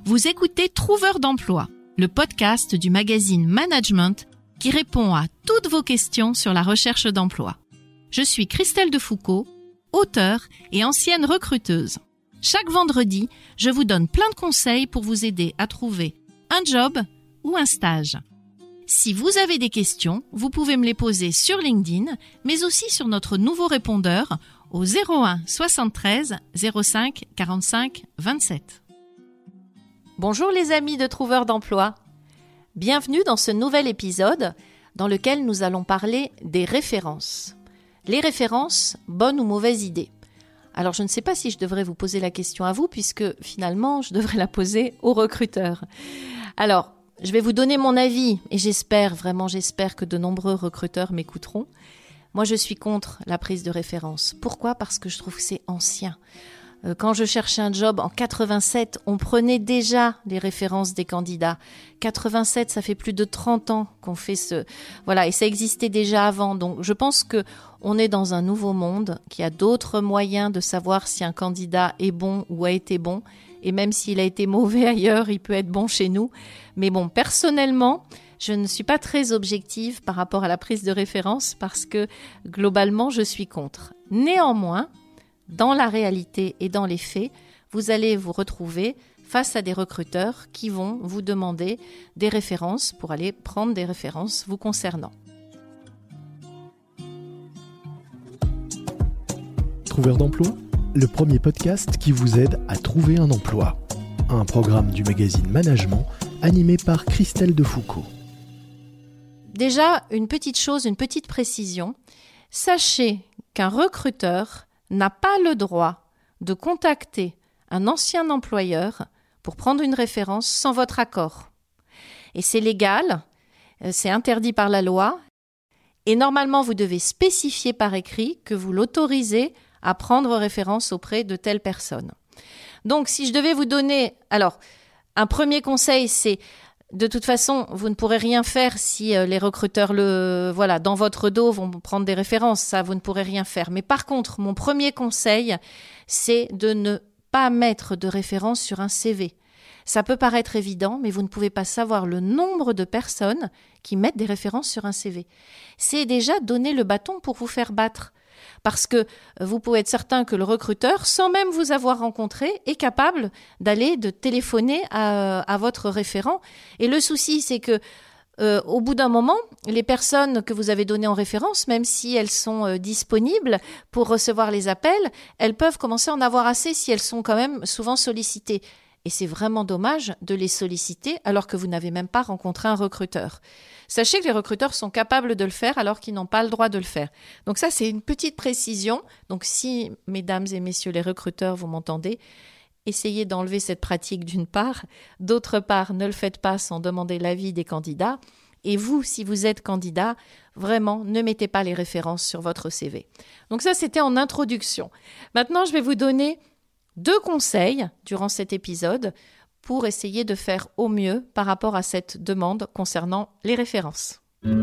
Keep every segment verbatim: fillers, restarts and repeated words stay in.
Vous écoutez Trouveur d'emploi, le podcast du magazine Management qui répond à toutes vos questions sur la recherche d'emploi. Je suis Christelle Defoucault, auteure et ancienne recruteuse. Chaque vendredi, je vous donne plein de conseils pour vous aider à trouver un job ou un stage. Si vous avez des questions, vous pouvez me les poser sur LinkedIn, mais aussi sur notre nouveau répondeur au zéro un soixante-treize zéro cinq quarante-cinq vingt-sept. Bonjour les amis de Trouveurs d'emploi. Bienvenue dans ce nouvel épisode dans lequel nous allons parler des références. Les références, bonne ou mauvaise idée. Alors je ne sais pas si je devrais vous poser la question à vous puisque finalement je devrais la poser aux recruteurs. Alors, je vais vous donner mon avis et j'espère, vraiment j'espère que de nombreux recruteurs m'écouteront. Moi je suis contre la prise de référence. Pourquoi ? Parce que je trouve que c'est ancien. Quand je cherchais un job en quatre-vingt-sept, on prenait déjà les références des candidats. quatre-vingt-sept, ça fait plus de trente ans qu'on fait ce... Voilà, et ça existait déjà avant. Donc, je pense que on est dans un nouveau monde, qu'il y a d'autres moyens de savoir si un candidat est bon ou a été bon. Et même s'il a été mauvais ailleurs, il peut être bon chez nous. Mais bon, personnellement, je ne suis pas très objective par rapport à la prise de référence parce que, globalement, je suis contre. Néanmoins, dans la réalité et dans les faits, vous allez vous retrouver face à des recruteurs qui vont vous demander des références pour aller prendre des références vous concernant. Trouveur d'emploi, le premier podcast qui vous aide à trouver un emploi. Un programme du magazine Management animé par Christelle Defoucault. Déjà, une petite chose, une petite précision. Sachez qu'un recruteur n'a pas le droit de contacter un ancien employeur pour prendre une référence sans votre accord. Et c'est légal, c'est interdit par la loi, et normalement vous devez spécifier par écrit que vous l'autorisez à prendre référence auprès de telle personne. Donc si je devais vous donner, alors un premier conseil c'est de toute façon, vous ne pourrez rien faire si euh, les recruteurs le, voilà, dans votre dos vont prendre des références. Ça, vous ne pourrez rien faire. Mais par contre, mon premier conseil, c'est de ne pas mettre de référence sur un C V. Ça peut paraître évident, mais vous ne pouvez pas savoir le nombre de personnes qui mettent des références sur un C V. C'est déjà donner le bâton pour vous faire battre. Parce que vous pouvez être certain que le recruteur, sans même vous avoir rencontré, est capable d'aller de téléphoner à, à votre référent. Et le souci, c'est que euh, au bout d'un moment, les personnes que vous avez données en référence, même si elles sont euh, disponibles pour recevoir les appels, elles peuvent commencer à en avoir assez si elles sont quand même souvent sollicitées. Et c'est vraiment dommage de les solliciter alors que vous n'avez même pas rencontré un recruteur. Sachez que les recruteurs sont capables de le faire alors qu'ils n'ont pas le droit de le faire. Donc ça, c'est une petite précision. Donc si, mesdames et messieurs les recruteurs, vous m'entendez, essayez d'enlever cette pratique d'une part. D'autre part, ne le faites pas sans demander l'avis des candidats. Et vous, si vous êtes candidat, vraiment, ne mettez pas les références sur votre C V. Donc ça, c'était en introduction. Maintenant, je vais vous donner deux conseils durant cet épisode pour essayer de faire au mieux par rapport à cette demande concernant les références.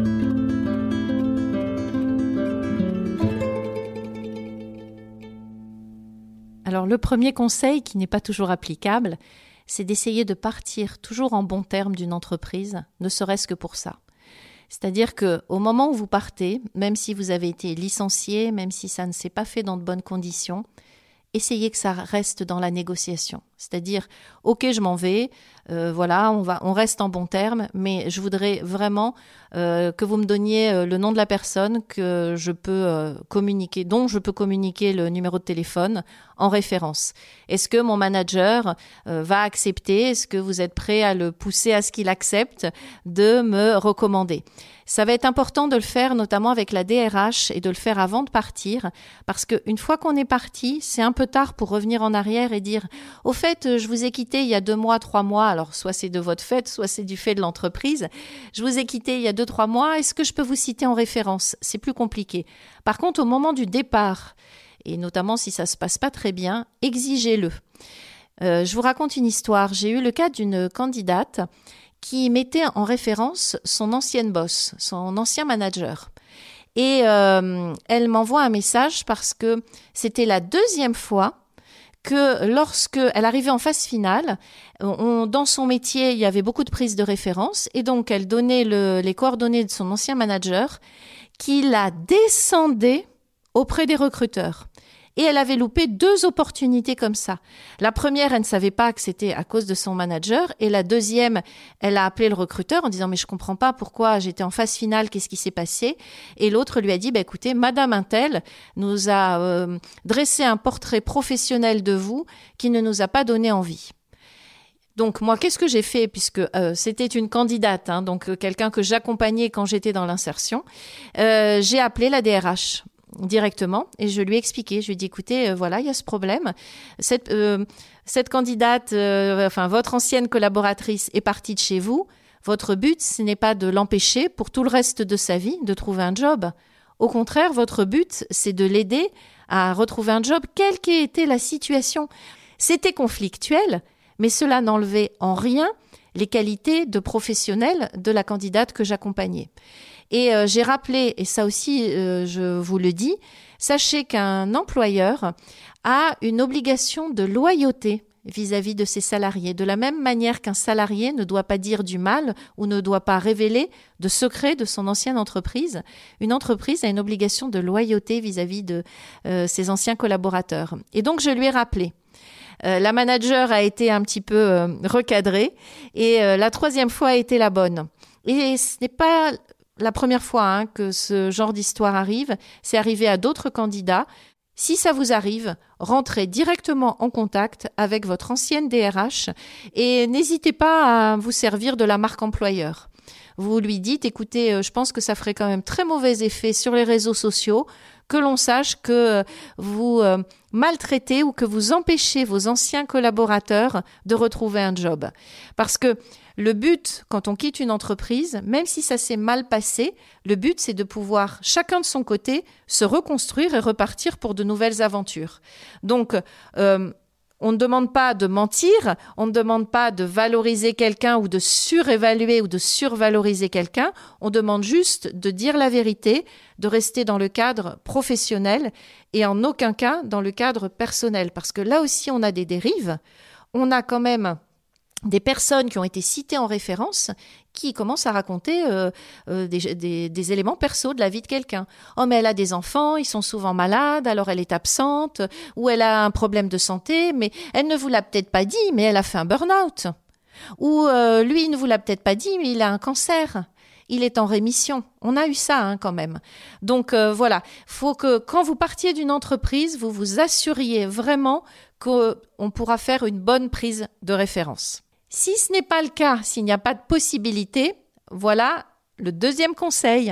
Alors le premier conseil, qui n'est pas toujours applicable, c'est d'essayer de partir toujours en bon terme d'une entreprise, ne serait-ce que pour ça. C'est-à-dire qu'au moment où vous partez, même si vous avez été licencié, même si ça ne s'est pas fait dans de bonnes conditions, essayez que ça reste dans la négociation. C'est-à-dire, ok, je m'en vais, euh, voilà, on va, on reste en bons termes, mais je voudrais vraiment euh, que vous me donniez euh, le nom de la personne que je peux euh, communiquer, dont je peux communiquer le numéro de téléphone en référence. Est-ce que mon manager euh, va accepter ? Est-ce que vous êtes prêt à le pousser à ce qu'il accepte de me recommander ? Ça va être important de le faire, notamment avec la D R H, et de le faire avant de partir, parce qu'une fois qu'on est parti, c'est un peu tard pour revenir en arrière et dire « Au fait, je vous ai quitté il y a deux mois, trois mois, alors soit c'est de votre fait, soit c'est du fait de l'entreprise. Je vous ai quitté il y a deux, trois mois, est-ce que je peux vous citer en référence ?» C'est plus compliqué. Par contre, au moment du départ, et notamment si ça se passe pas très bien, exigez-le. Euh, je vous raconte une histoire. J'ai eu le cas d'une candidate qui mettait en référence son ancienne boss, son ancien manager. Et euh, elle m'envoie un message parce que c'était la deuxième fois que lorsqu'elle arrivait en phase finale, on, dans son métier, il y avait beaucoup de prises de référence et donc elle donnait le, les coordonnées de son ancien manager qui la descendait auprès des recruteurs. Et elle avait loupé deux opportunités comme ça. La première, elle ne savait pas que c'était à cause de son manager. Et la deuxième, elle a appelé le recruteur en disant « Mais je comprends pas pourquoi j'étais en phase finale, qu'est-ce qui s'est passé ?» Et l'autre lui a dit bah, « Écoutez, Madame Untel nous a euh, dressé un portrait professionnel de vous qui ne nous a pas donné envie. » Donc moi, qu'est-ce que j'ai fait puisque euh, c'était une candidate, hein, donc euh, quelqu'un que j'accompagnais quand j'étais dans l'insertion. Euh, j'ai appelé la D R H directement et je lui ai expliqué, je lui ai dit écoutez, euh, voilà, il y a ce problème. Cette, euh, cette candidate, euh, enfin votre ancienne collaboratrice est partie de chez vous. Votre but, ce n'est pas de l'empêcher pour tout le reste de sa vie de trouver un job. Au contraire, votre but, c'est de l'aider à retrouver un job, quelle qu'ait été la situation. C'était conflictuel, mais cela n'enlevait en rien les qualités de professionnel de la candidate que j'accompagnais. Et euh, j'ai rappelé, et ça aussi euh, je vous le dis, sachez qu'un employeur a une obligation de loyauté vis-à-vis de ses salariés. De la même manière qu'un salarié ne doit pas dire du mal ou ne doit pas révéler de secrets de son ancienne entreprise, une entreprise a une obligation de loyauté vis-à-vis de euh, ses anciens collaborateurs. Et donc je lui ai rappelé. Euh, la manager a été un petit peu euh, recadrée et euh, la troisième fois a été la bonne. Et ce n'est pas la première fois hein, que ce genre d'histoire arrive, c'est arrivé à d'autres candidats. Si ça vous arrive, rentrez directement en contact avec votre ancienne D R H et n'hésitez pas à vous servir de la marque employeur. Vous lui dites, écoutez, je pense que ça ferait quand même très mauvais effet sur les réseaux sociaux que l'on sache que vous euh, maltraitez ou que vous empêchez vos anciens collaborateurs de retrouver un job. Parce que le but, quand on quitte une entreprise, même si ça s'est mal passé, le but, c'est de pouvoir, chacun de son côté, se reconstruire et repartir pour de nouvelles aventures. Donc, euh, on ne demande pas de mentir, on ne demande pas de valoriser quelqu'un ou de surévaluer ou de survaloriser quelqu'un, on demande juste de dire la vérité, de rester dans le cadre professionnel et en aucun cas dans le cadre personnel. Parce que là aussi, on a des dérives, on a quand même des personnes qui ont été citées en référence qui commencent à raconter euh, euh, des, des, des éléments perso de la vie de quelqu'un. Oh, mais elle a des enfants, ils sont souvent malades, alors elle est absente, ou elle a un problème de santé, mais elle ne vous l'a peut-être pas dit, mais elle a fait un burn-out. Ou euh, lui, il ne vous l'a peut-être pas dit, mais il a un cancer. Il est en rémission. On a eu ça hein, quand même. Donc euh, voilà, faut que quand vous partiez d'une entreprise, vous vous assuriez vraiment qu'on pourra faire une bonne prise de référence. Si ce n'est pas le cas, s'il n'y a pas de possibilité, voilà le deuxième conseil.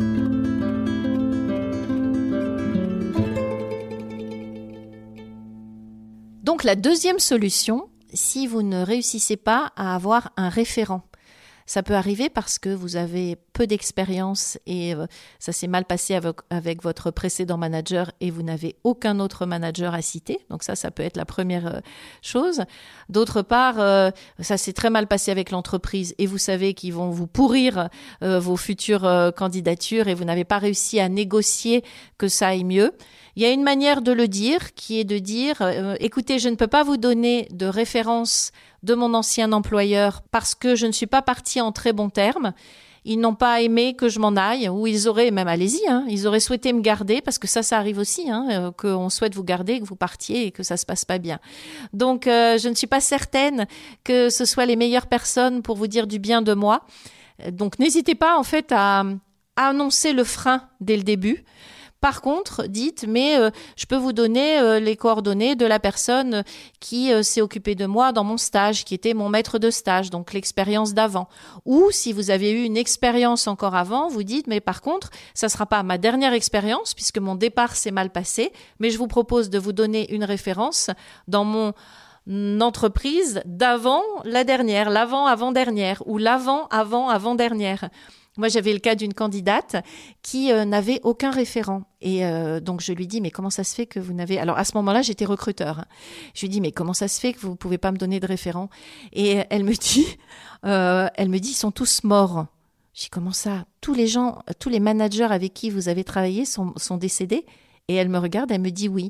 Donc la deuxième solution, si vous ne réussissez pas à avoir un référent. Ça peut arriver parce que vous avez peu d'expérience et euh, ça s'est mal passé avec, avec votre précédent manager et vous n'avez aucun autre manager à citer. Donc ça, ça peut être la première euh, chose. D'autre part, euh, ça s'est très mal passé avec l'entreprise et vous savez qu'ils vont vous pourrir euh, vos futures euh, candidatures et vous n'avez pas réussi à négocier que ça aille mieux. Il y a une manière de le dire qui est de dire euh, « Écoutez, je ne peux pas vous donner de référence de mon ancien employeur parce que je ne suis pas partie en très bons termes. Ils n'ont pas aimé que je m'en aille ou ils auraient, même allez-y, hein, ils auraient souhaité me garder parce que ça, ça arrive aussi, hein, euh, qu'on souhaite vous garder, que vous partiez et que ça se passe pas bien. Donc, euh, je ne suis pas certaine que ce soit les meilleures personnes pour vous dire du bien de moi. Donc, n'hésitez pas en fait à, à annoncer le frein dès le début. Par contre, dites, mais euh, je peux vous donner euh, les coordonnées de la personne qui euh, s'est occupée de moi dans mon stage, qui était mon maître de stage, donc l'expérience d'avant. Ou si vous avez eu une expérience encore avant, vous dites, mais par contre, ça ne sera pas ma dernière expérience puisque mon départ s'est mal passé, mais je vous propose de vous donner une référence dans mon entreprise d'avant la dernière, l'avant-avant-dernière ou l'avant-avant-avant-dernière. Moi, j'avais le cas d'une candidate qui euh, n'avait aucun référent. Et euh, donc, je lui dis, mais comment ça se fait que vous n'avez... Alors, à ce moment-là, j'étais recruteur. Hein. Je lui dis, mais comment ça se fait que vous ne pouvez pas me donner de référent ? Et elle me dit, euh, elle me dit, ils sont tous morts. Je dis, comment ça ? Tous les gens, tous les managers avec qui vous avez travaillé sont, sont décédés ? Et elle me regarde, elle me dit oui.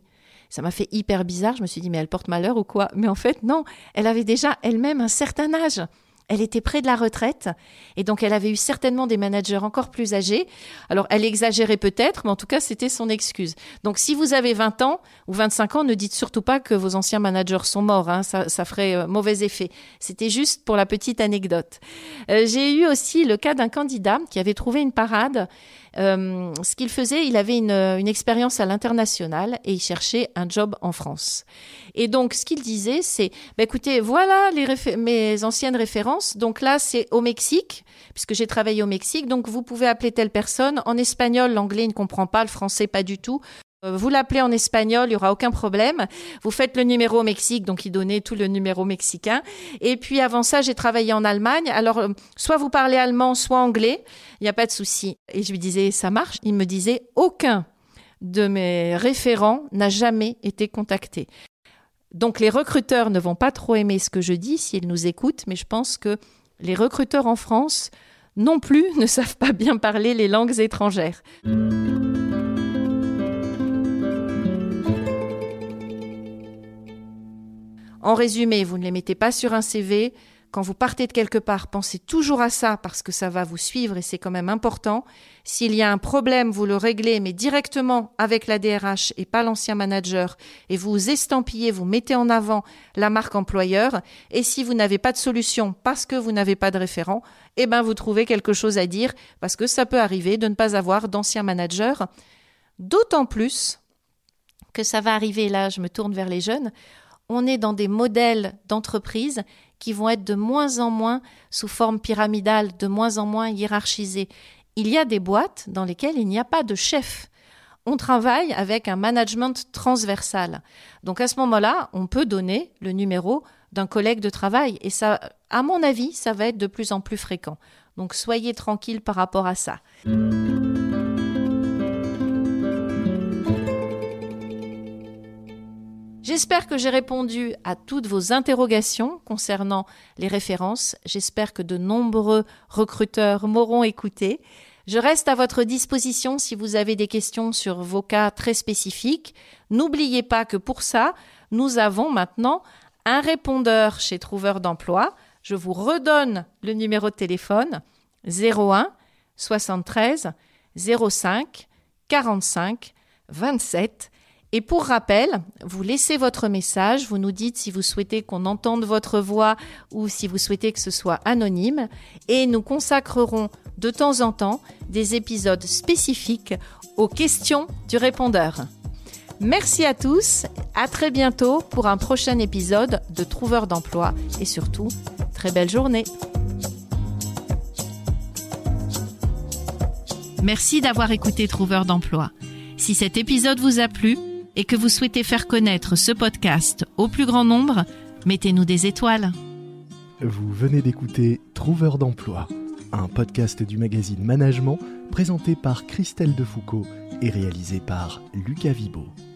Ça m'a fait hyper bizarre. Je me suis dit, mais elle porte malheur ou quoi ? Mais en fait, non, elle avait déjà elle-même un certain âge. Elle était près de la retraite et donc elle avait eu certainement des managers encore plus âgés. Alors, elle exagérait peut-être, mais en tout cas, c'était son excuse. Donc, si vous avez vingt ans ou vingt-cinq ans, ne dites surtout pas que vos anciens managers sont morts. Hein, ça, ça ferait euh, mauvais effet. C'était juste pour la petite anecdote. Euh, j'ai eu aussi le cas d'un candidat qui avait trouvé une parade. Euh, ce qu'il faisait, il avait une, une expérience à l'international et il cherchait un job en France. Et donc, ce qu'il disait, c'est, bah, écoutez, voilà les réfé- mes anciennes références. Donc là, c'est au Mexique, puisque j'ai travaillé au Mexique. Donc, vous pouvez appeler telle personne. En espagnol, l'anglais il ne comprend pas, le français pas du tout. Vous l'appelez en espagnol, il n'y aura aucun problème. Vous faites le numéro au Mexique, donc il donnait tout le numéro mexicain. Et puis avant ça, j'ai travaillé en Allemagne. Alors, euh, soit vous parlez allemand, soit anglais, il n'y a pas de souci. Et je lui disais, ça marche. Il me disait, aucun de mes référents n'a jamais été contacté. Donc les recruteurs ne vont pas trop aimer ce que je dis s'ils nous écoutent, mais je pense que les recruteurs en France non plus ne savent pas bien parler les langues étrangères. En résumé, vous ne les mettez pas sur un C V. Quand vous partez de quelque part, pensez toujours à ça parce que ça va vous suivre et c'est quand même important. S'il y a un problème, vous le réglez, mais directement avec la D R H et pas l'ancien manager. Et vous estampillez, vous mettez en avant la marque employeur. Et si vous n'avez pas de solution parce que vous n'avez pas de référent, eh ben vous trouvez quelque chose à dire parce que ça peut arriver de ne pas avoir d'ancien manager. D'autant plus que ça va arriver, là je me tourne vers les jeunes, on est dans des modèles d'entreprise qui vont être de moins en moins sous forme pyramidale, de moins en moins hiérarchisés. Il y a des boîtes dans lesquelles il n'y a pas de chef. On travaille avec un management transversal. Donc à ce moment-là, on peut donner le numéro d'un collègue de travail. Et ça, à mon avis, ça va être de plus en plus fréquent. Donc soyez tranquilles par rapport à ça. J'espère que j'ai répondu à toutes vos interrogations concernant les références. J'espère que de nombreux recruteurs m'auront écouté. Je reste à votre disposition si vous avez des questions sur vos cas très spécifiques. N'oubliez pas que pour ça, nous avons maintenant un répondeur chez Trouveur d'emploi. Je vous redonne le numéro de téléphone zéro un soixante-treize zéro cinq quarante-cinq vingt-sept. Et pour rappel, vous laissez votre message, vous nous dites si vous souhaitez qu'on entende votre voix ou si vous souhaitez que ce soit anonyme. Et nous consacrerons de temps en temps des épisodes spécifiques aux questions du répondeur. Merci à tous, à très bientôt pour un prochain épisode de Trouveur d'emploi et surtout, très belle journée. Merci d'avoir écouté Trouveur d'emploi. Si cet épisode vous a plu et que vous souhaitez faire connaître ce podcast au plus grand nombre, mettez-nous des étoiles. Vous venez d'écouter Trouveur d'emploi, un podcast du magazine Management présenté par Christelle Defoucault et réalisé par Lucas Vibo.